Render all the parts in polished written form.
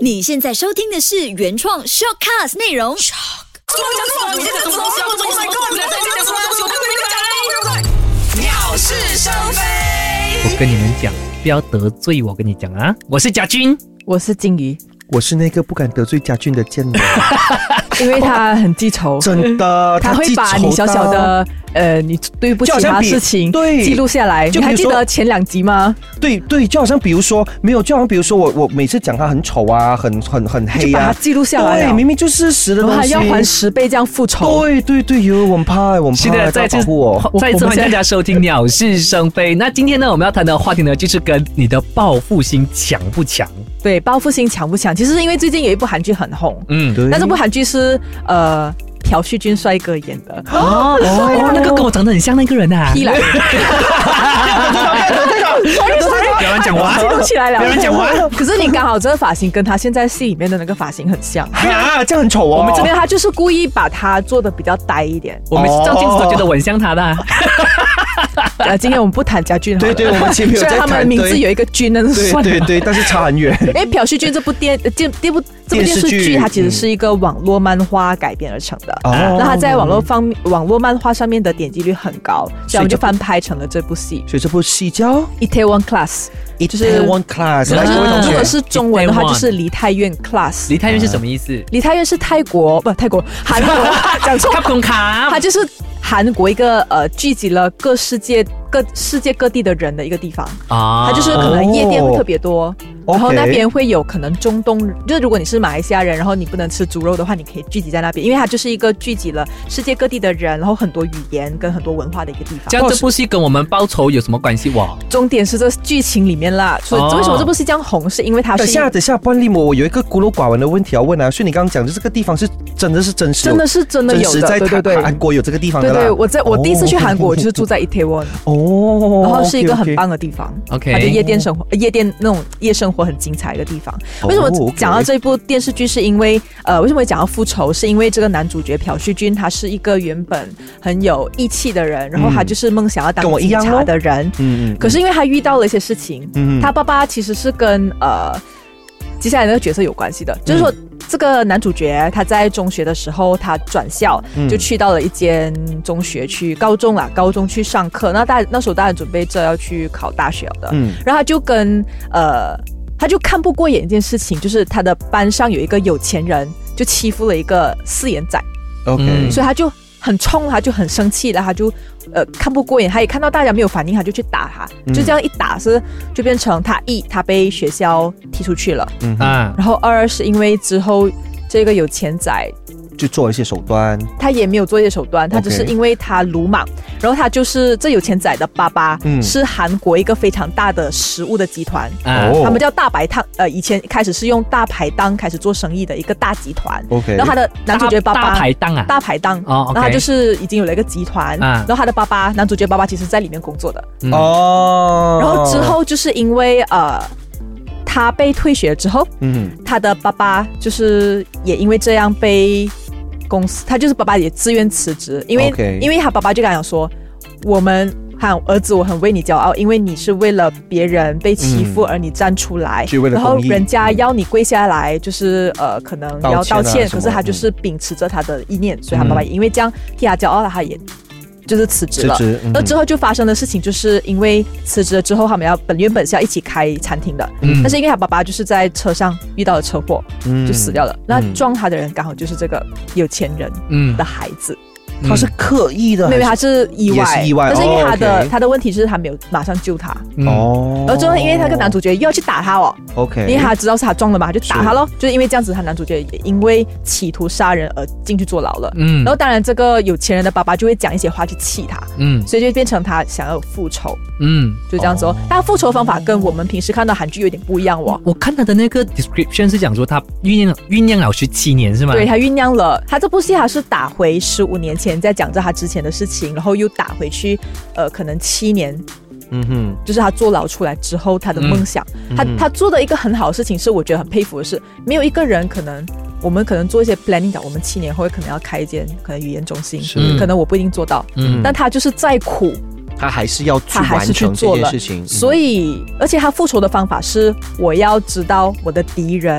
你现在收听的是原创 Shortcast 内容。 鸟是生非。 我跟你们讲，不要得罪我，跟你讲啊，我是贾君， 我是金鱼， 我是那个不敢得罪家俊的贱人， 因为他很记仇， 真的， 他会把你小小的你对不起他的事情记录下来。你还记得前2集吗？ 对，就好像比如说没有，就好像比如说我每次讲他很丑啊，很黑啊， 就把他记录下来了。 对，明明就事实的东西， 然后还要还10倍这样复仇。 对，有我们怕， 是的，再次欢迎大家收听《鸟是生非》。那今天呢，我们要谈的话题呢，就是跟你的报复心强不强？ 对，报复心强不强？其实是因为最近有一部韩剧很红， 对， 但这部韩剧是朴叙俊帅哥演的。 那个跟我长得很像那个人啊！ 屁来！ 不要乱讲话， 记录起来了。 不要乱讲话。 可是你刚好这个发型跟他现在戏里面的那个发型很像啊，这样很丑哦。 我们这边他就是故意把他做的比较呆一点。 我们照镜子都觉得我很像他的。 今天我们不谈家俊好了。 对，我们前面有在谈。 虽然他们的名字有一个俊，但是对，但是差很远。 因为朴叙俊这部电视剧，它其实是一个网络漫画改编而成的。那它在网络漫画上面的点击率很高，所以我们就翻拍成了这部戏。 所以这部戏叫《 Itaewon Class》。 Itaewon Class， 如果是中文的话，就是梨泰院 Class。 梨泰院是什么意思？ 梨泰院是韩国，讲错。它就是韩国一个聚集了世界各地的人的一个地方啊。它就是可能夜店会特别多，然后那边会有可能中东，就是如果你是马来西亚人，然后你不能吃猪肉的话，你可以聚集在那边，因为它就是一个聚集了世界各地的人，然后很多语言跟很多文化的一个地方。 这样这部戏跟我们报仇有什么关系哇？ 重点是这剧情里面啦，所以为什么这部戏这样红，是因为它是等下，万丽魔，我有一个孤陋寡闻的问题要问啊。所以你刚刚讲的这个地方是真的是真实有的，对，韩国有这个地方的啦。 对，我第一次去韩国，我就是住在 Itaewon 然后是一个很棒的地方。它的夜店那种夜生活很精彩的一个地方。为什么讲到这部电视剧？是因为为什么会讲到复仇？是因为这个男主角朴叙俊，他是一个原本很有义气的人，然后他就是梦想要当警察的人。可是因为他遇到了一些事情，他爸爸其实是跟接下来那个角色有关系的，就是说这个男主角他在中学的时候，他转校就去到了一间中学去高中去上课。那时候大家准备着要去考大学的，然后他就他就看不过眼一件事情，就是他的班上有一个有钱人就欺负了一个4眼仔，所以他就很冲，他就很生气了，他就看不过眼，他也看到大家没有反应，他就去打他，就这样一打就变成他被学校踢出去了，然后2是因为之后这个有钱仔就做了一些手段， 他也没有做一些手段，他只是因为他鲁莽，然后他就是这有钱仔的爸爸是韩国一个非常大的食物的集团，他们叫大排档，以前开始是用大排档开始做生意的一个大集团。 然后他的男主角爸爸大排档， 然后他就是已经有了一个集团，然后他的男主角爸爸其实在里面工作的，然后之后就是因为他被退学之后，他的爸爸就是也因为这样被公司，他就是爸爸也自愿辞职，因为他爸爸就跟他讲说，儿子，我很为你骄傲，因为你是为了别人被欺负而你站出来，然后人家要你跪下来，就是可能要道歉，可是他就是秉持着他的意念，所以他爸爸也因为这样替他骄傲，他也就是辞职了。那之后就发生的事情，就是因为辞职了之后，他们原本是要一起开餐厅的，但是因为他爸爸就是在车上遇到了车祸，就死掉了。那撞他的人刚好就是这个有钱人的孩子。 他是刻意的， 没有，他是意外，但是因为他的问题是他没有马上救他，然后之后因为他跟男主角又要去打他因为他知道是他撞的嘛，他就打他咯，就是因为这样子，他男主角也因为企图杀人而进去坐牢了，然后当然这个有钱人的爸爸就会讲一些话去气他，所以就变成他想要复仇，就这样子他复仇方法跟我们平时看到韩剧有点不一样我看他的那个 description 是讲说他酝酿了17年是吗？ 对，他酝酿了，他这部戏他是打回15年前，在讲着他之前的事情，然后又打回去可能7年，就是他坐牢出来之后他的梦想，他做的一个很好的事情是我觉得很佩服的是，没有一个人我们可能做一些 planning 讲我们7年后可能要开一间可能语言中心，可能我不一定做到，但他就是再苦他还是要去完成这件事情， 所以而且他复仇的方法是我要知道我的敌人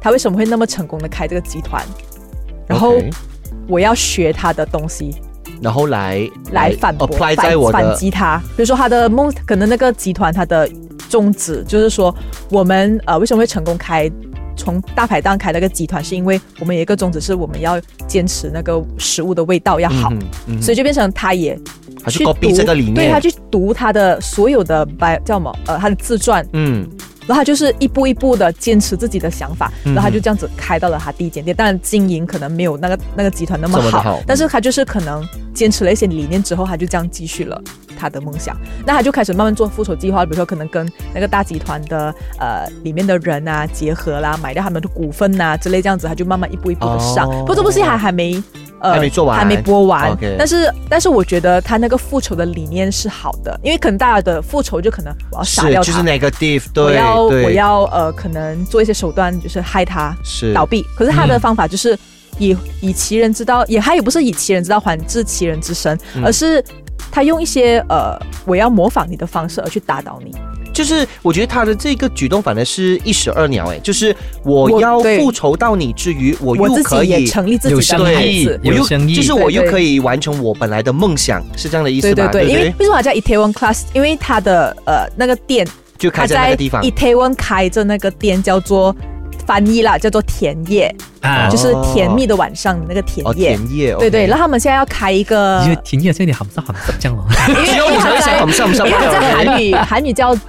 他为什么会那么成功的开这个集团，然后我要学他的东西， 然后来反驳反击他。比如说他的梦，可能那个集团他的宗旨就是说，我们为什么会成功从大排档开那个集团，是因为我们有一个宗旨是我们要坚持那个食物的味道要好，所以就变成他去读这个理念， 对，他去读他的所有的叫什么他的自传，然后他就是一步一步的坚持自己的想法，然后他就这样子开到了他第一间店。当然经营可能没有那个集团那么好，但是他就是可能坚持了一些理念之后，他就这样继续了他的梦想。那他就开始慢慢做复仇计划，比如说可能跟那个大集团的里面的人啊结合啦，买掉他们的股份啊之类，这样子他就慢慢一步一步的上。不过这部戏还没做完， 还没播完。但是我觉得他那个复仇的理念是好的，因为可能大家的复仇就可能我要杀掉他， 就是 negative， 对， 我要可能做一些手段，就是害他倒闭。可是他的方法就是以其人之道，他也不是以其人之道还治其人之身，而是他用一些我要模仿你的方式而去打倒你。 就是我觉得他的这个举动反而是一石二鸟，就是我要复仇到你之余，我又可以也成立自己的牌子， 就是我又可以完成我本来的梦想，是这样的意思吧？ 对，因为为什么它叫 Itaewon Class？ 因为他的那个店就开在那个地方 ，Itaewon 开着那个店叫做翻译啦，叫做甜叶，就是甜蜜的晚上的那个甜叶。 甜叶， 对。然后他们现在要开一个， 你觉得甜叶这有点含不这样吗？ 因为它在韩语叫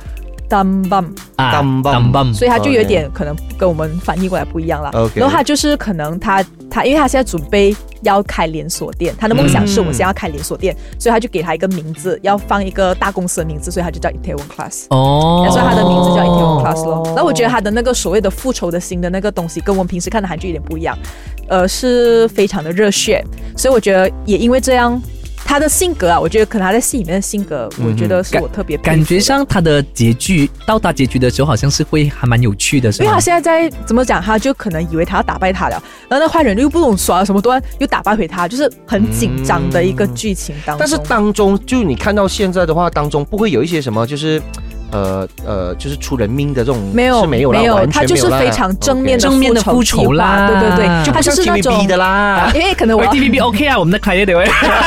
Dambam，所以他就有点可能跟我们翻译过来不一样啦。然后他就是可能他因为他现在准备要开连锁店，他的梦想是我现在要开连锁店，所以他就给他一个名字，要放一个大公司的名字，所以他就叫 Itaewon Class。所以他的名字叫 Itaewon Class 咯。然后我觉得他的那个所谓的复仇的心的那个东西，跟我们平时看的韩剧有点不一样，是非常的热血，所以我觉得也因为这样。他的性格啊，我觉得可能他在戏里面的性格，我觉得是我特别佩服的。 感觉上他的到达结局的时候，好像是会还蛮有趣的，是吗？ 因为他现在怎么讲，他就可能以为他要打败他了，然后那坏人又不懂耍什么端，又打败回他，就是很紧张的一个剧情当中。 但是当中，就你看到现在的话，当中不会有一些什么，就是就是出人命的这种没有，他就是非常正面的复仇啦，对， 就不像 TVB 的啦， 因为可能 TVB OK 啊，我们的开业的喂，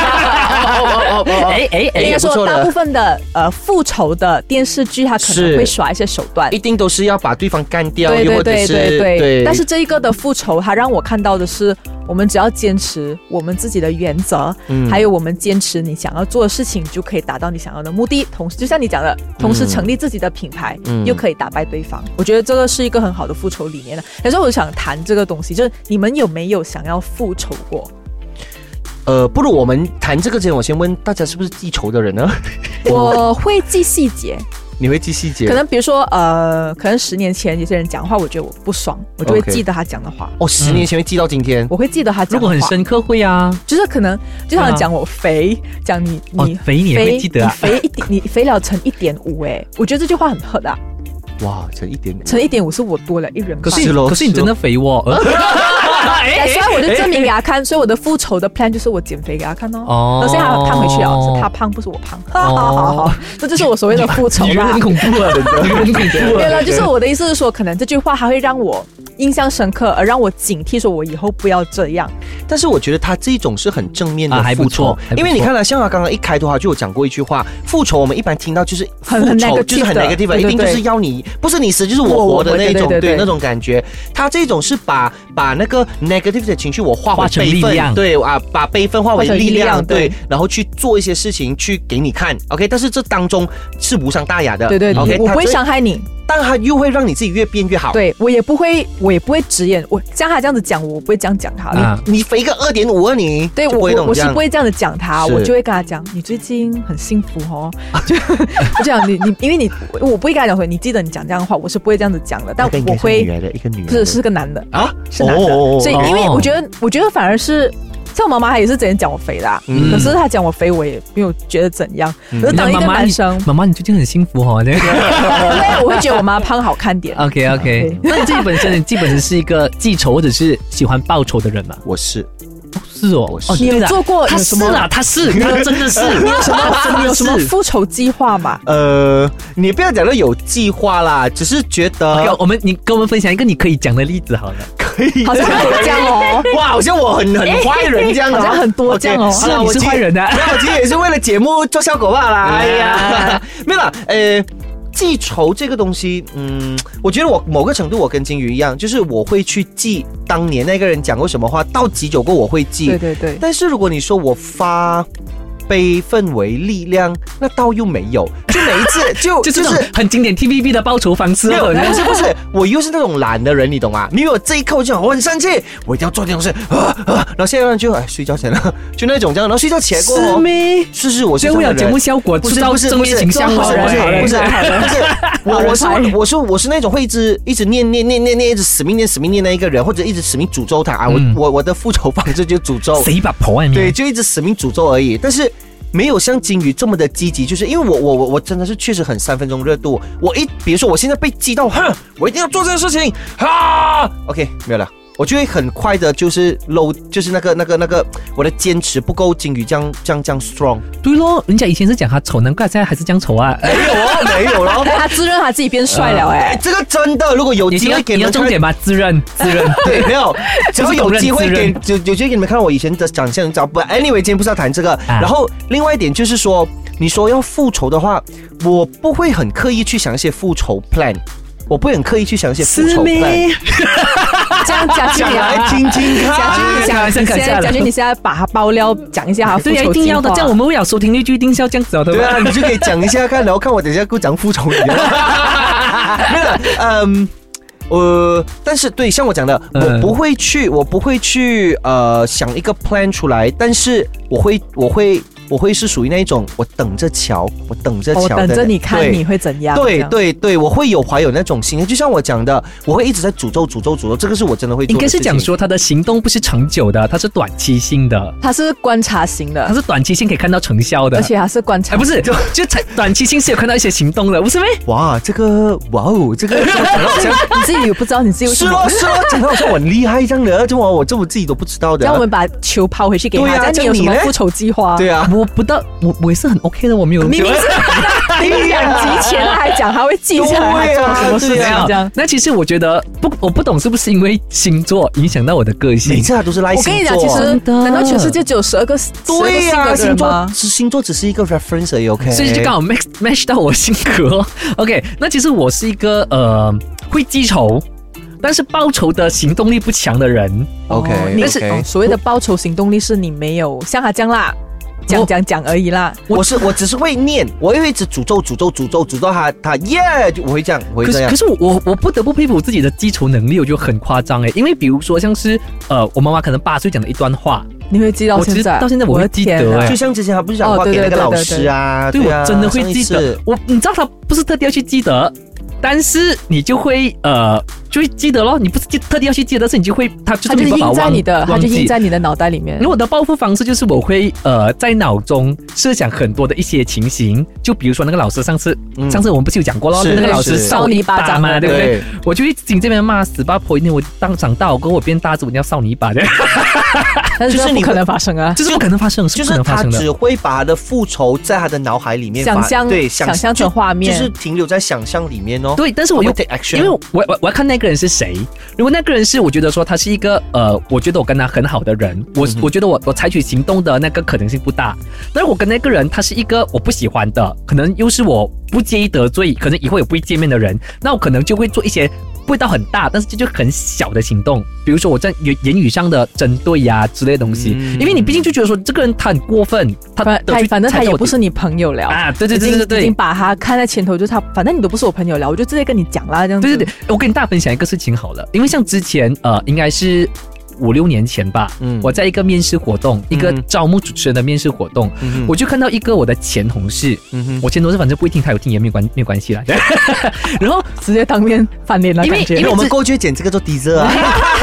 应该说大部分的复仇的电视剧，他可能会耍一些手段， 一定都是要把对方干掉， 对。但是这一个的复仇，他让我看到的是，我们只要坚持我们自己的原则，还有我们坚持你想要做的事情，就可以达到你想要的目的。同时，就像你讲的，同时成立自己的品牌，又可以打败对方。我觉得这个是一个很好的复仇理念的。有时候我想谈这个东西，就是你们有没有想要复仇过？ 不如我们谈这个之前，我先问大家是不是记仇的人呢？ 我会记细节。 你会记细节？ 可能比如说可能10年前有些人讲话，我觉得我不爽，我就会记得他讲的话。 10年前会记到今天？ 我会记得他讲的话。 如果很深刻会啊， 就是可能就像讲我肥，讲你肥你也会记得啊， 你肥了乘1.5哎，我觉得这句话很hurt啊。 哇，乘1.5， 乘1.5是我多了1人半。 可是你真的肥哦。 所以我就证明给他看，所以我的复仇的 plan 就是我减肥给他看哦。而且他胖回去是他胖，不是我胖。好，这就是我所谓的复仇吧。 很恐怖啊，很恐怖。 对了，就是我的意思是说，可能这句话还会让我印象深刻，而让我警惕，说我以后不要这样。 但是我觉得他这种是很正面的复仇，因为你看了，像他刚刚一开头他就有讲过一句话，复仇我们一般听到就是复仇就是很negative，一定就是要你不是你死就是我活的那种，对那种感觉。他这种是把那个 negative 的情绪我化成悲愤，对啊，把悲愤化为力量，对，然后去做一些事情去给你看 ，OK， 但是这当中是无伤大雅的， 对 ，OK， 我不会伤害你。 但他又会让你自己越变越好。 对，我也不会直言，我像他这样子讲，我不会这样讲他。 你肥个2.5啊你？ 对，我是不会这样子讲他，我就会跟他讲，你最近很幸福哦。就这样，你因为我不会跟他讲说，你记得你讲这样的话，我是不会这样子讲的。但我会一个女人， 是个男的啊，是男的。所以因为我觉得反而是。像我妈妈她也是之前讲我肥的可是她讲我肥我也没有觉得怎样。可是当一个男生， 妈妈你最近很幸福哦。对， 我会觉得我妈胖好看点。 OK， 那你自己本身是一个记仇或者是喜欢报仇的人吗？ 我是。 是哦， 你有做过？ 他是啊，他真的是。 你有什么复仇计划吗？ 你不要讲到有计划啦，只是觉得你跟我们分享一个你可以讲的例子好了。 可以， 好像很多这样哦。 哇，好像我很坏人这样， 好像很多这样哦。 是你是坏人啊？ 我今天也是为了节目做效果罢了。哎呀，没有啦，记仇这个东西，我觉得我某个程度我跟金鱼一样，就是我会去记当年那个人讲过什么话，到几久过我会记。 对。 但是如果你说我发悲愤为力量，那倒又没有，就每一次就是很经典 TVB 的报仇方式。 没有，不是，我又是那种懒的人，你懂吗？你有这一刻我就我很生气，我一定要做这种事然后现在就睡觉前了，就那种这样，然后睡觉前过后，是我是为了节目效果， 不是正面形象， 不是，我是那种会一直念，一直死命念那一个人，或者一直死命诅咒他啊！我的复仇方式就诅咒， 谁把婆外面， 对，就一直死命诅咒而已，但是。没有像金鱼这么的积极，就是因为我真的是确实很3分钟热度。比如说我现在被激到，我一定要做这件事情，OK 没有了，我就会很快的，就是就是那个我的坚持不够金鱼这样 strong。 对咯，人家以前是讲他丑，难怪现在还是这样丑啊。 没有了， 他自认他自己变帅了这个真的，如果有机会给你要重点吗？自认对，没有，只要有机会给你们看到我以前的长相，你知道不 ？Anyway， 今天不是要谈这个，然后另外一点就是说，你说要复仇的话，我不会很刻意去想一些复仇 plan。我不会很刻意去想一些复仇 plan， 这样讲来听听看。 贾君，你现在把它爆料讲一下哈， 对，一定要的，这样我们会有收听率就一定是要这样子的， 对啊，你就可以讲一下看，然后看我等一下给我讲复仇你。没有了，但是对，像我讲的，我不会去想一个 plan 出来，但是我会是属于那一种，我等着瞧的， 我等着你看你会怎样。 对，我会怀有那种心，就像我讲的，我会一直在诅咒，这个是我真的会做的事情。 应该是讲说他的行动不是长久的，他是短期性的， 他是观察型的， 他是短期性可以看到成效的， 而且他是观察， 不是就短期性是有看到一些行动的，不是吗？ 哇，这个你自己也不知道你自己为什么是咯，讲到好像我很厉害这样的，就我这我自己都不知道的。 让我们把球抛回去给他，但你有什么复仇计划？ 对啊。 我也是很 OK 的，我没有。 明明是2集前还讲他会记起来做什么事情这样。 那其实我觉得我不懂是不是因为星座影响到我的个性？ 每次他都是赖星座。 我跟你讲，其实难道全世界只有12个对呀？ 星座只是一个 reference 而已 ，OK。 所以就刚好 match 到我性格。OK， 那其实我是一个会记仇，但是报仇的行动力不强的人。 OK， 但是所谓的报仇行动力是你没有像他这样啦。讲而已啦。 我只是会念，我会一直诅咒到他耶，我会这样， 可是我不得不佩服我自己的记仇能力，我觉得很夸张因为比如说像是我妈妈可能8岁讲的一段话， 你会记到现在？ 到现在我会记得就像之前他不是讲话给那个老师啊， 对，我真的会记得。你知道他不是特地要去记得。但是你就会记得咯，你不是特地要去记得，但是你就会他就印在你的脑袋里面。 我的报复方式就是我会在脑中设想很多的一些情形，就比如说那个老师上次我们不是有讲过咯，那个老师扫你一巴掌嘛，对不对？我就会紧这边骂死八婆，因为我长大我跟我变大之后，我一定要扫你一巴的。 但是不可能发生啊， 这是不可能发生， 就是他只会把他的复仇在他的脑海里面想象成画面， 就是停留在想象里面哦。 对，但是我因为我要看那个人是谁。如果那个人是我觉得说他是一个我觉得我跟他很好的人，我觉得我采取行动的那个可能性不大。但是我跟那个人他是一个我不喜欢的，可能又是我不介意得罪，可能以后也不会见面的人，那我可能就会做一些不会到很大，但是就很小的行动，比如说我在言语上的针对呀之类的东西，因为你毕竟就觉得说这个人他很过分， 反正他也不是你朋友了啊，对， 已经把他看在前头，就是他反正你都不是我朋友了，我就直接跟你讲啦，这样子。 对，我跟大家分享一个事情好了，因为像之前应该是5-6年前吧，我在一个面试活动，一个招募主持人的面试活动，我就看到一个我的前同事，我前同事反正不一定他有听也没有关系啦，然后直接当面翻脸了， 因为我们过去剪这个做 teaser 啊。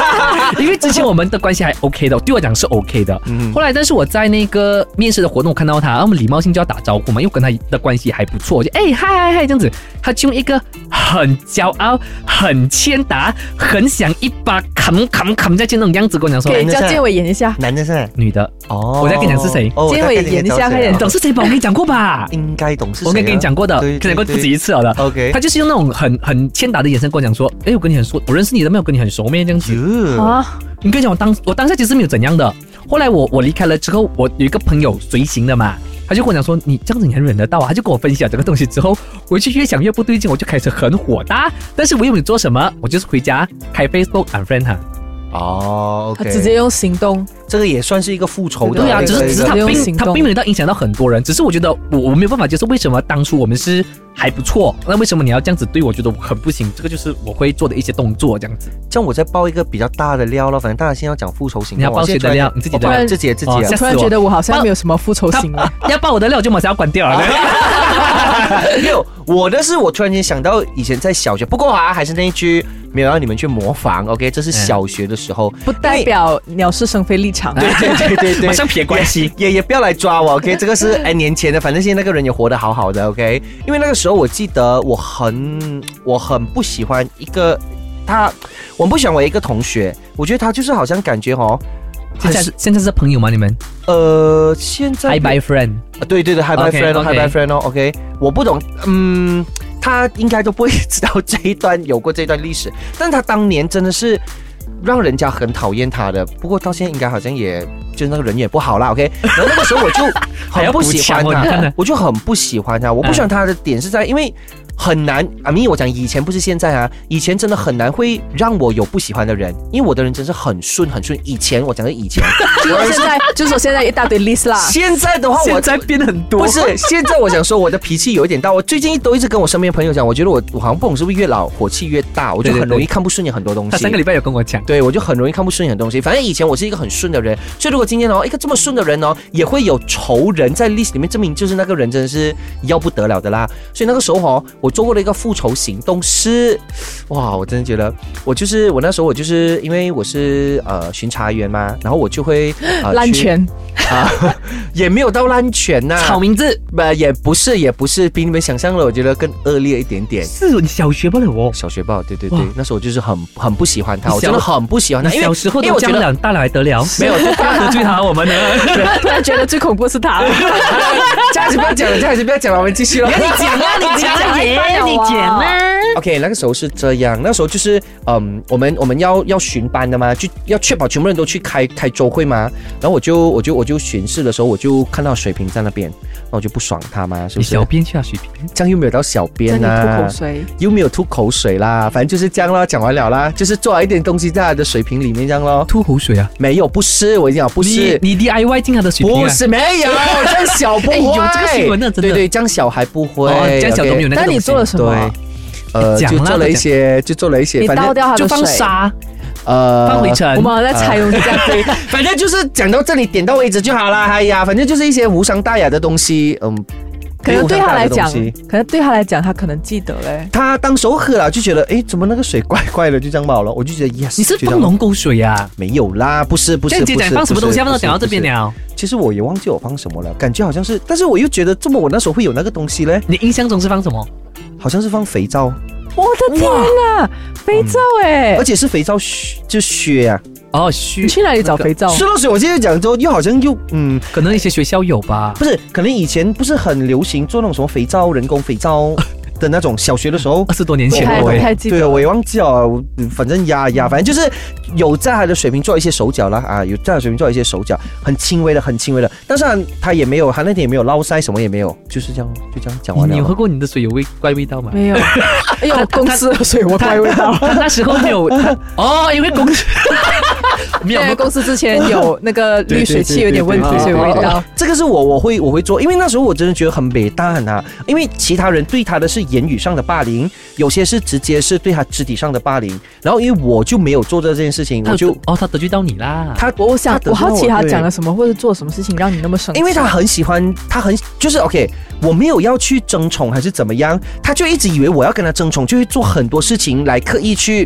因为之前我们的关系还 OK 的，对我讲是 OK 的。后来，但是我在那个面试的活动看到他，我们礼貌性就要打招呼嘛，因为跟他的关系还不错，我就嗨这样子，他就用一个很骄傲、很欠打、很想一把砍下去那种样子跟我讲说， 给叫建伟演一下， 男的是女的哦，我再跟你讲是谁， 建伟演一下，快点， 懂是谁吧？我跟你讲过吧？ 应该懂是谁， 我跟你讲过的，讲过不止一次了的。 OK， 他就是用那种很欠打的眼神跟我讲说，我跟你很熟，我认识你的没有？跟你很熟没？这样子啊？你跟你讲，我当下其实没有怎样的。后来我离开了之后，我有一个朋友随行的嘛，他就跟我讲说，你这样子你还忍得到啊？他就跟我分析了这个东西之后，我就越想越不对劲，我就开始很火大。但是我又没有做什么，我就是回家开 Facebook unfriend 他。 哦， okay， 他直接用行动， 这个也算是一个复仇的。 对啊，只是他并没有到影响到很多人，只是我觉得我没有办法接受，为什么当初我们是还不错，那为什么你要这样子对我？觉得很不行，这个就是我会做的一些动作，这样子。 这样我再爆一个比较大的料了，反正大家现在要讲复仇行动， 你要爆谁的料？你自己的， 自己。 我突然觉得我好像没有什么复仇心了。 要爆我的料，就马上要关掉了。 没有，我的是我突然间想到以前在小学，不过还是那一句。没有让你们去模仿 ，OK？ 这是小学的时候， 不代表鸟是生非立场。 对， 马上撇关系， 也不要来抓我 ，OK？ 这个是年前的，反正现在那个人也活得好好的 ，OK？ 因为那个时候我记得我很不喜欢一个我不喜欢我一个同学，我觉得他就是好像感觉现在是朋友吗？你们？ 现在 Hi bye friend， 对 Hi bye friend，Hi bye friend 哦 ，OK？ 我不懂，他应该都不会知道有过这段历史，但他当年真的是让人家很讨厌他的。不过到现在应该好像也就是那个人也不好啦 ，OK？ 然后那个时候我就很不喜欢他，我就很不喜欢他。我不喜欢他的点是在因为。很难我讲以前不是现在啊，以前真的很难会让我有不喜欢的人，因为我的人真是很顺。以前我讲的以前， 就是现在一大堆 list 啦。 现在的话， 现在变很多。 不是，现在我想说我的脾气有一点大。我最近都一直跟我身边朋友讲，我觉得我好像不懂是不是越老火气越大，我就很容易看不顺眼很多东西。 他3个礼拜有跟我讲， 对我就很容易看不顺眼的东西。反正以前我是一个很顺的人，所以如果今天一个这么顺的人也会有仇人在 list 里面，证明就是那个人真的是要不得了的啦。所以那个时候我做过了一个复仇行动是，哇！我真的觉得我那时候我就是因为我是巡查员嘛，然后我就会滥权也没有到滥权呐， 草名字也不是，比你们想象的我觉得更恶劣一点点。 是你小学报的小学报， 对，那时候我就是很不喜欢他，我真的很不喜欢他，因为小时候都讲了大了还得了， 没有就大得罪他我们呢， 突然觉得最恐怖是他。 这样子不要讲了，我们继续了。 你讲啊。 OK， 那个时候是这样，那时候就是我们要巡班的嘛，就要确保全部人都去开周会嘛。然后我就巡视的时候，我就看到水瓶在那边，然后我就不爽他嘛，是不是？ 小编去啊，水瓶， 这样又没有到小编啊， 吐口水， 又没有吐口水啦，反正就是这样啦，讲完了啦，就是做了一点东西在他的水瓶里面这样咯。 吐口水啊？ 没有，不是，我已经讲不是， 你 DIY 进他的水瓶啊？ 不是，没有，这样小不会。 有这个新闻呢，真的。 对，这样小还不会， 这样小都没有那个东西。 但你做了什么？ 就做了一些， 你倒掉他的水， 就放沙，放灰尘。 我们在采用这样子， 反正就是讲到这里，点到为止就好了。哎呀，反正就是一些无伤大雅的东西， 可能对他来讲，他可能记得嘞。 他当时候喝了，就觉得怎么那个水怪怪的，就这样爆了。我就觉得 yes， 你是放龙沟水呀？ 没有啦，不是。 这样讲放什么东西？放到讲到这边了。 其实我也忘记我放什么了，感觉好像是，但是我又觉得这么我那时候会有那个东西嘞。 你印象中是放什么？ 好像是放肥皂。 我的天哪，肥皂而且是肥皂就血啊。 血。 你去哪里找肥皂？ 说到水，我现在讲之后又好像可能一些学校有吧。 不是，可能以前不是很流行做那种什么肥皂、人工肥皂的那种，小学的时候 20多年前对，我也忘记了，反正反正就是有在他的水平做一些手脚啦啊，有在他的水平做一些手脚，很轻微的，但是他也没有，他那天也没有捞腮，什么也没有，就是这样，就这样讲完了。 你有喝过你的水有怪味道吗？ 没有，公司的水我怪味道。 他那时候没有因为公司没有，公司之前有那个滤水器有点问题，所以味道。 这个是我会做，因为那时候我真的觉得很北大啊，因为其他人对他的是言语上的霸凌，有些是直接是对他肢体上的霸凌，然后因为我就没有做这件事情，我就他得罪到你啦。 我好奇他讲了什么或者做什么事情让你那么生气？ 因为他很喜欢，就是 OK， 我没有要去争宠还是怎么样，他就一直以为我要跟他争宠，就会做很多事情来刻意去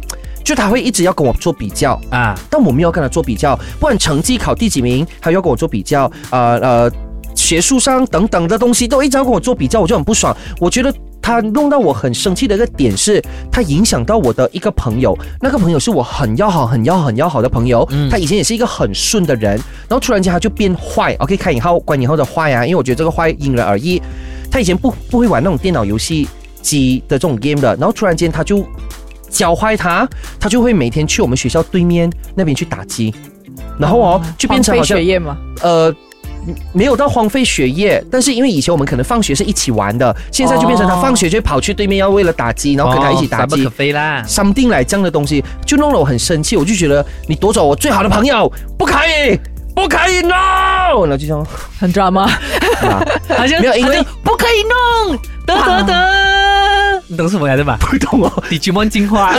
就他会一直要跟我做比较啊，但我没有跟他做比较，不管成绩考第几名，他要跟我做比较，学术上等等的东西都一直要跟我做比较，我就很不爽。我觉得他弄到我很生气的一个点是，他影响到我的一个朋友，那个朋友是我很要好的朋友，他以前也是一个很顺的人，然后突然间他就变坏 ，OK， 开引号关引号的坏啊，因为我觉得这个坏因人而异。他以前不会玩那种电脑游戏机的这种 game 的，然后突然间他就教坏他就会每天去我们学校对面那边去打机，然后就变成好像荒废学业吗？ 没有到荒废学业，但是因为以前我们可能放学是一起玩的，现在就变成他放学就跑去对面要为了打机，然后跟他一起打机， 不可飞啦 ，something 来这样的东西，就弄得我很生气，我就觉得你夺走我最好的朋友，不可以 no， 然后就这样很 drama， 好像没有，因为不可以弄，你懂什么来的吧？ 不懂哦 ，Digimon 进化。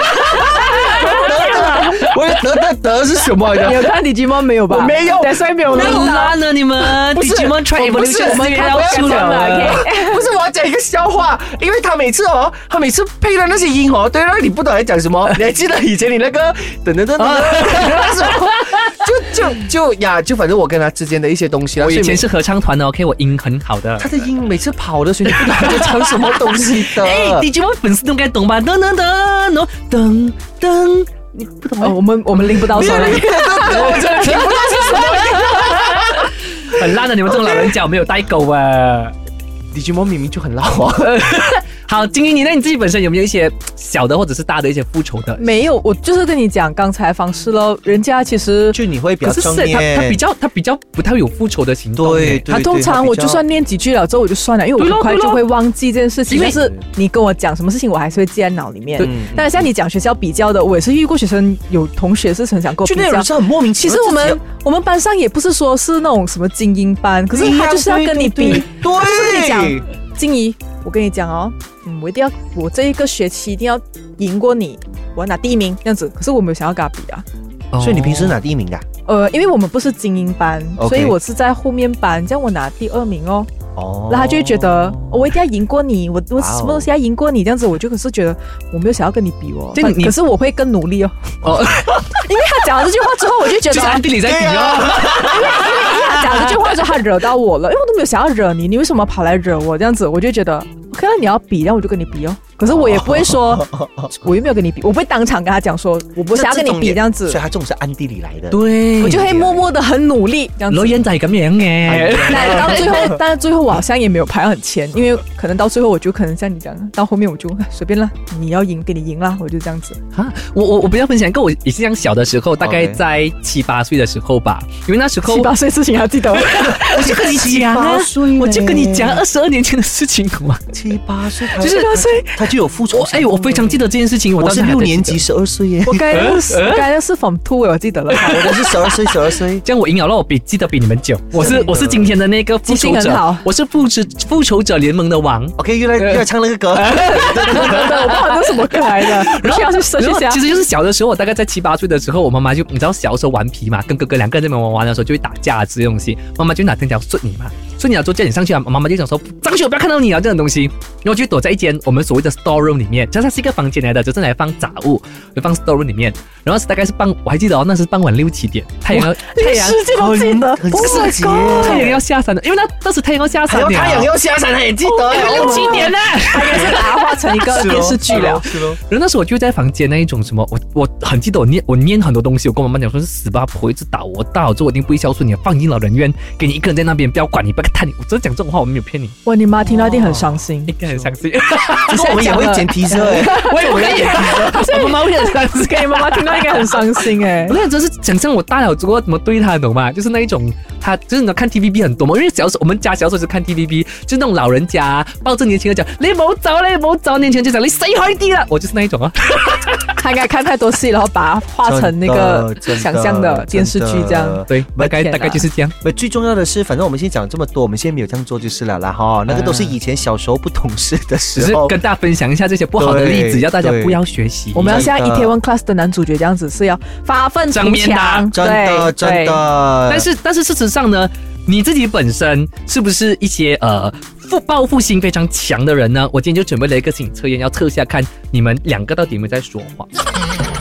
我得是什么？ 你有看 Digimon 没有吧？ 没有， 所以没有弄烂了你们。Digimon Try Evolution 4月要出了。 不是，我要讲一个笑话，因为他每次配的那些音对了，你不懂在讲什么？你还记得以前你那个等，就反正我跟他之间的一些东西。 我以前是合唱团的 ，OK， 我音很好的。 他的音每次跑的，所以你不懂他在唱什么东西的。 Digimon 粉丝都应该懂吧？噔。你不懂我们拎不到手， 我真的听不到是什么。 很烂的，你们这种老人家没有带狗啊。 Digimon 明明就很老啊。 好，金鱼，你自己本身有没有一些小的或者是大的一些复仇的？ 没有，我就是跟你讲刚才方式咯，人家其实就你会比较正面， 他比较不太有复仇的行动。 对， 他通常我就算念几句了之后我就算了，因为我很快就会忘记这件事情。但是你跟我讲什么事情，我还是会记在脑里面。但是像你讲学校比较的，我也是遇过学生有同学是很想跟我比较， 就那种是很莫名其妙。 其实我们班上也不是说是那种什么精英班，可是他就是要跟你比。 对， 跟你讲，静怡，我跟你讲哦。我这一个学期一定要赢过你，我要拿第一名这样子。可是我没有想要跟他比啊。 所以你平时拿第一名的？ 因为我们不是精英班，所以我是在后面班，这样我拿第2名哦。然后他就会觉得我一定要赢过你，我什么东西要赢过你这样子，我就可是觉得我没有想要跟你比哦。可是我会更努力哦。因为他讲了这句话之后，我就觉得就是暗地里在比哦。 因为他讲了这句话之后，他惹到我了，因为我都没有想要惹你，你为什么跑来惹我这样子？我就觉得 OK， 你要比，然后我就跟你比哦。可是我也不会说，我又没有跟你比，我不会当场跟他讲说，我不想要跟你比这样子。 所以他这种是暗地里来的。 对， 我就会默默的很努力这样子。 老人仔咁樣嘅， 但是最後我好像也沒有排很前，因為可能到最後我就可能像你講，到後面我就隨便啦，你要贏給你贏啦，我就這樣子。 我比較分享一個我也是這樣小的時候，大概在7、8歲的時候吧，因為那時候 7、8歲事情還記得， 我就跟你講我就跟你講22年前的事情嘛 ，7、8歲就是8歲。 就有复仇。 我非常记得这件事情。 我是6年级12岁耶。 我刚才是 Form 2，我记得了。 我的是12岁。 这样我赢了，我记得比你们久。我是今天的那个复仇者，我是复仇者联盟的王。 OK， 又来唱那个歌。 我不知道这是什么歌来的。然后其实就是小的时候，我大概在7、8岁的时候，我妈妈就你知道小时候顽皮嘛，跟哥哥2个人在那边玩的时候就会打架之类的东西，妈妈就拿藤条顺你嘛。所以你要做叫你上去啊，妈妈就讲说上去我不要看到你啊这种东西，然后就躲在一间我们所谓的 store room 里面，这是一个房间来的，就是来放杂物，就放 store room 里面。然后大概是我还记得那是傍晚6、7点，太阳世界都记得， 很刺激， 太阳要下山了，因为那时太阳要下山了， 太阳要下山还记得， 因为6、7点了， 它应该是把它画成一个电视剧了。 然后那时候我就在房间那一种什么，我很记得我念很多东西，我跟我妈妈讲说是死吧婆一直打我之后我一定不会孝顺你，放进老人院，给你一个人在那边，不要管你，不要探你，我只讲这种话，我没有骗你。 哇，你妈听到一定很伤心， 应该很伤心。 其实我们也会剪提车哎， 我也剪提车，我妈妈会很伤心， 妈妈听到应该很伤心哎。 我那真是想象我大了之后怎么对他，懂吗？就是那一种，他就是你看 TVB 很多嘛，因为小时候我们家小时候就看 TVB， 就是那种老人家抱着年轻人讲你冇走，年轻人就讲你死开啲啦，我就是那一种啊。 他应该看太多戏，然后把它画成那个想象的电视剧这样。 对，大概就是这样。 最重要的是，反正我们现在讲这么多，我们现在没有这样做就是了啦哈。那个都是以前小时候不懂事的时候， 只是跟大家分享一下这些不好的例子，要大家不要学习。 我们要像Itaewon Class 的男主角这样子，是要发愤图强， 真的。 但是事实上呢，你自己本身是不是一些报复心非常强的人呢？我今天就准备了一个心理测验，要测一下看你们2个到底有没有在说谎。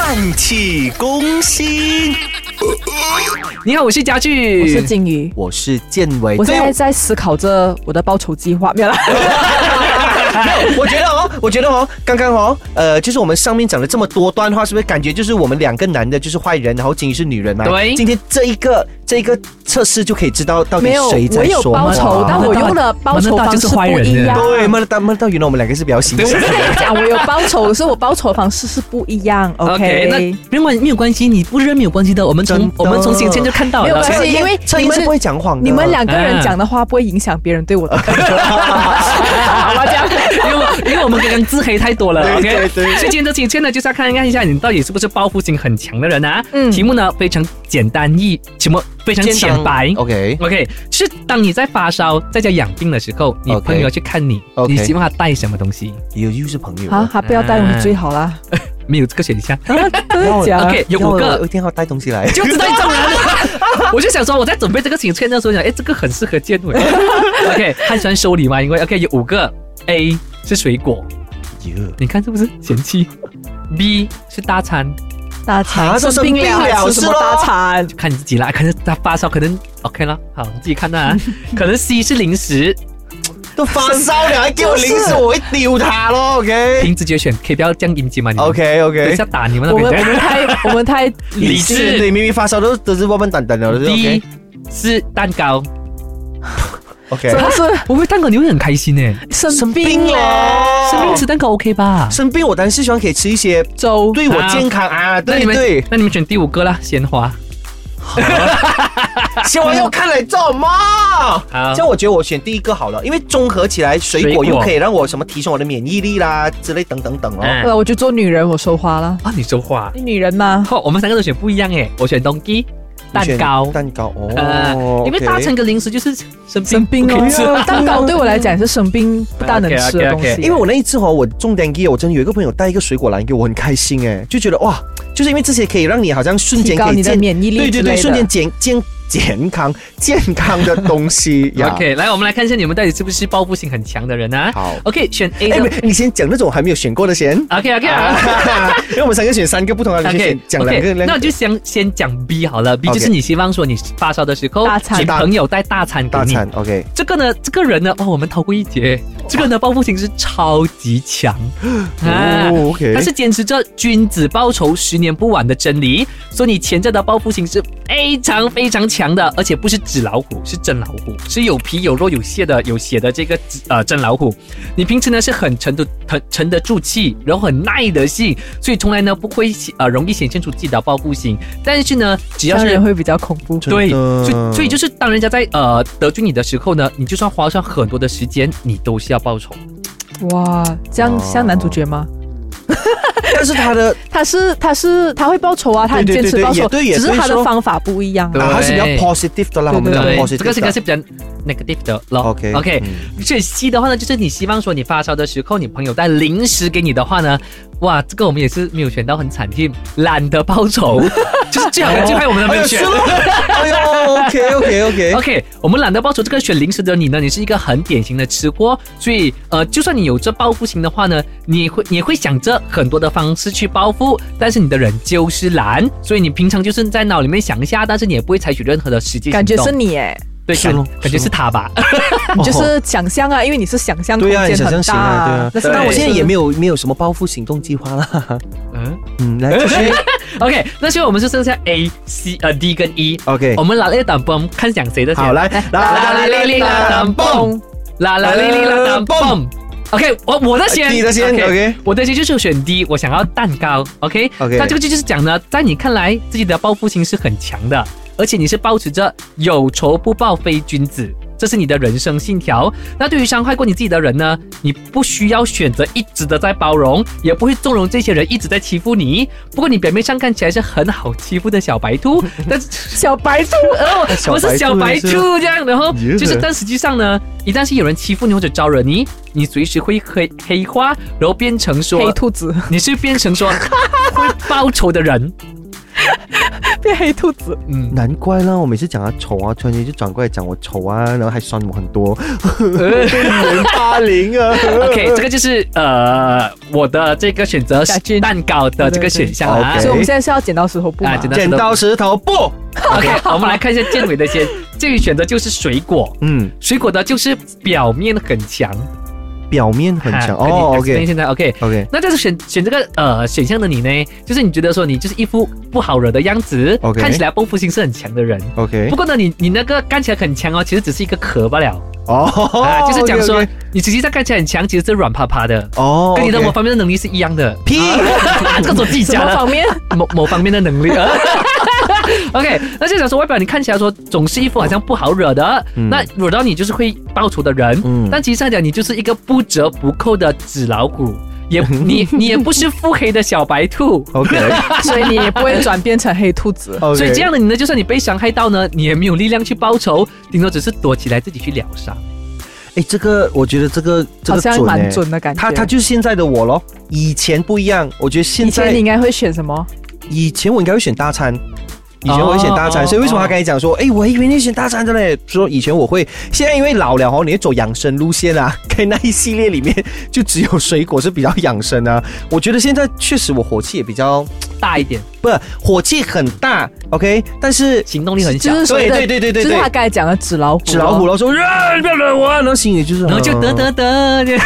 泛起攻心。 你好，我是家具， 我是金鱼， 我是建伟。 我现在在思考着我的报仇计划，没有啦。 我觉得哦，刚刚就是我们上面讲了这么多段话，是不是感觉就是我们两个男的就是坏人，然后金鱼是女人嘛？ 对。 今天这一个测试就可以知道到底谁在说。 我有报仇，但我用的报仇方式不一样。 对，慢到原来我们两个是比较形象。 讲我有报仇，可是我报仇方式是不一样。OK， 那没有关系，你不认没有关系的。我们从先前就看到了， 没有关系，因为你们是不会讲谎的。 你们两个人讲的话不会影响别人对我的感觉。好吧，这样， 因为我们刚刚自黑太多了。 OK， 所以今天的题呢，就是要看一下你到底是不是报复心很强的人啊。题目呢非常简单题目非常浅白。OK， 就是当你在发烧在家养病的时候，你朋友去看你，你希望他带什么东西？ 又是朋友啊，他不要带东西最好啦。 没有这个选项。 OK， 有5个， 一定要带东西来， 就知道这种人。我就想说，我在准备这个请签的时候想，这个很适合建伟。OK， 他喜欢收礼嘛？因为 OK 有5个 ，A 是水果，你看是不是嫌弃 ？B 是大餐， 生病了是什么大餐？ 看你自己啦，可能他发烧，可能 OK 了，好，你自己看啊。可能 C 是零食。 都发烧了还给我零食，我会丢他咯。OK， 凭直觉选，可以不要这样阴间吗？ OK， 等一下打你们那边。 我们太理智，对，明明发烧都是笨笨蛋蛋的。 D 是蛋糕。 OK， 真的是，我会蛋糕你会很开心诶。 生病吃蛋糕 OK 吧？ 生病我当然是希望可以吃一些粥， 对我健康啊。对， 那你们选第5个啦，鲜花。 鲜花要看来做什么？这样我觉得我选第1个好了，因为综合起来，水果又可以让我什么提升我的免疫力啦之类等等哦。 我就做女人，我收花了啊！你收花？ 女人吗？ 我们3个都选不一样诶，我选东西。蛋糕哦，因为大餐跟零食就是生病哦。蛋糕对我来讲是生病不大能吃的东西。 因为我那一次我中dengue，我真的有一个朋友带一个水果来给我，很开心哎，就觉得哇，就是因为这些可以让你好像瞬间提高你的免疫力， 对，瞬间健康的东西。 OK， 来，我们来看一下你们到底是不是报复心很强的人啊？ 好 ，OK， 选 A 的。 你先讲那种还没有选过的先。 OK， 因为我们3个选3个不同的，你先讲2个。 那我就先讲 B 好了。B 就是你希望说你发烧的时候，你朋友带大餐给你。 OK， 这个人呢，我们逃过一劫。这个人的报复心是超级强 OK， 他是坚持着君子报仇10年不晚的真理，所以你潜在的报复心是非常非常强的，而且不是纸老虎，是真老虎，是有皮有肉有血的这个真老虎。你平时呢是很沉得住气，然后很耐得性，所以从来呢不会容易显现出自己的报复心。但是呢，只要是人会比较恐怖， 对，所以就是当人家在得罪你的时候呢，你就算花上很多的时间，你都是要报仇。 哇，这样像男主角吗？ 但是他会报仇啊，他很坚持报仇，只是他的方法不一样。 他是比较 positive 的啦，我们的 positive， 这个应该是比较 negative 的咯。OK， 所以 C 的话呢，就是你希望说你发烧的时候，你朋友带零食给你的话呢，哇，这个我们也是没有选到，很惨烈，懒得报仇，就是最好的机会我们都没有选。 哎呦 OK， 我们懒得报仇，这个选零食的你呢，你是一个很典型的吃货，所以就算你有这报复心的话呢，你会想着很多的方式去报复，但是你的人就是懒，所以你平常就是在脑里面想一下，但是你也不会采取任何的实际行动。 感觉是你耶。 对，感觉是他吧？ 你就是想象啊，因为你是想象空间很大。 对啊，但我现在也没有什么报复行动计划啦。来继续。 OK， 那所以我们就剩下 A、C、D 跟 E。OK， 我们拉力等蹦，看讲谁的先。 好，来， 拉力等蹦，拉力等蹦。OK， 我的先， 你的先 ，OK， 我的先就是选 D， 我想要蛋糕 ，OK， 那这个就是讲呢，在你看来自己的报复心是很强的，而且你是抱持着有仇不报非君子，这是你的人生信条。那对于伤害过你自己的人呢，你不需要选择一直的在包容，也不会纵容这些人一直在欺负你。不过你表面上看起来是很好欺负的小白兔，但是小白兔不是小白兔这样，然后就是，但实际上呢，一旦是有人欺负你或者招惹你，你随时会黑化，然后变成说黑兔子， 你是变成说会报仇的人。 变黑兔子。 难怪啦，我每次讲他丑啊，突然间就转过来讲我丑啊，然后还酸我很多，霸凌啊。 OK， 这个就是我的这个选择蛋糕的这个选项啊。 所以我们现在是要剪刀石头布吗？ 剪刀石头布。 OK， 我们来看一下建伟的先。这个选择就是水果，水果的就是表面很强， 表面很强哦。OK， 现在 OK， 那这是选这个选项的你呢，就是你觉得说你就是一副不好惹的样子，看起来报复心是很强的人。 OK， 不过呢，你那个看起来很强哦，其实只是一个壳罢了。就是讲说你实际上看起来很强，其实是软趴趴的哦，跟你的某方面的能力是一样的。 屁， 这种技巧某方面某方面的能力。OK， 那就讲说外表你看起来说总是一副好像不好惹的，那惹到你就是会报仇的人，但其实上讲你就是一个不折不扣的纸老虎。你也不是腹黑的小白兔 ，OK， 所以你也不会转变成黑兔子。 所以这样的你呢，就算你被伤害到呢，你也没有力量去报仇，顶多只是躲起来自己去疗伤。 这个我觉得这个好像蛮准的感觉。 他就是现在的我咯，以前不一样，我觉得现在以前你应该会选什么？ 以前我应该会选大餐。以前我会选大餐，所以为什么他刚才讲说，我还以为你选大餐的嘞？说以前我会，现在因为老了你会走养生路线啊，跟那一系列里面就只有水果是比较养生啊。我觉得现在确实我火气也比较大一点， 不是火气很大 ，OK， 但是行动力很小。 对，就是他刚才讲的纸老虎， 然后说你不要惹我，然后心里就是， 然后就得， 得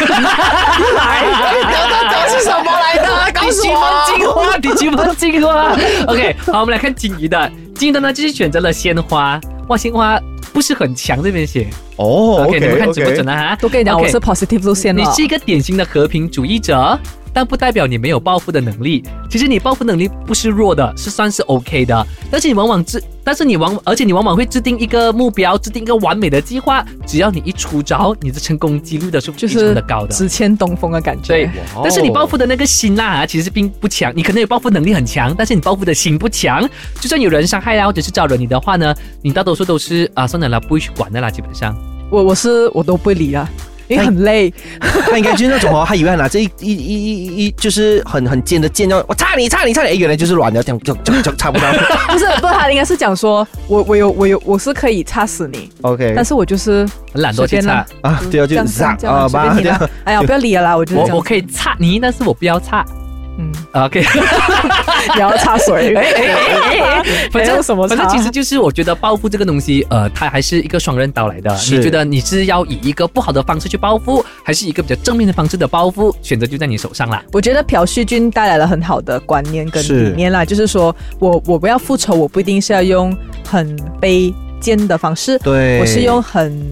是什么来的？告诉我， 第几番进化 ？OK， 好，我们来看金鱼的。金鱼的呢，就是选择了鲜花。哇，鲜花不是很强这边写。OK， 你们看准不准啊？ 都跟你讲，我是 positive 路线了。 你是一个典型的和平主义者。但不代表你没有报复的能力。其实你报复能力不是弱的，是算是 OK 的。而且你往往会制定一个目标，制定一个完美的计划。只要你一出招，你的成功几率的是非常的高的， 直牵东风的感觉。 对，但是你报复的那个心啦，其实并不强。你可能有报复能力很强，但是你报复的心不强。就算有人伤害啦，或者是招惹你的话呢，你大多数都是算了啦，不会去管的啦，基本上。 我都不会理啦。因为很累， 他应该就是那种他以为他拿这一就是很尖的剑，我插你，原来就是软的，这样就插不到。 不是，他应该是讲说，我是可以插死你 ，OK， 但是我就是很懒惰去插啊，对啊，就这样随便你啦。哎呀，不要理了啦，我可以插你，但是我不要插。OK， 你要插水， 反正其实就是我觉得报复这个东西，它还是一个双刃刀来的。你觉得你是要以一个不好的方式去报复，还是以一个比较正面的方式的报复？选择就在你手上啦。 我觉得朴叙俊带来了很好的观念跟理念啦，就是说我不要复仇，我不一定是要用很卑贱的方式， 对， 我是用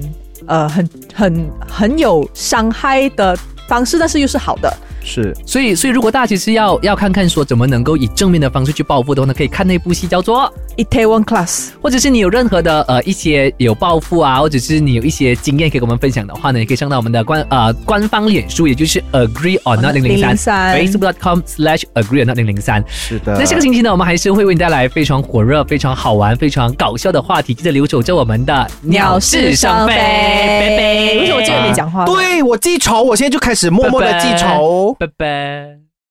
很有伤害的方式，但是又是好的。 是，所以如果大家其实要看看说怎么能够以正面的方式去报复的话呢，可以看那部戏叫做 《Itaewon Class》，或者是你有任何的一些有报复啊，或者是你有一些经验可以跟我们分享的话呢，也可以上到我们的官方脸书，也就是 Agree or Not 003 Facebook.com/Agree or Not 003。 是的。 那下个星期呢，我们还是会为你带来非常火热、非常好玩、非常搞笑的话题，记得留守着我们的鸟是生非。为什么我今天没讲话？ 对，我记仇，我现在就开始默默的记仇。 拜拜。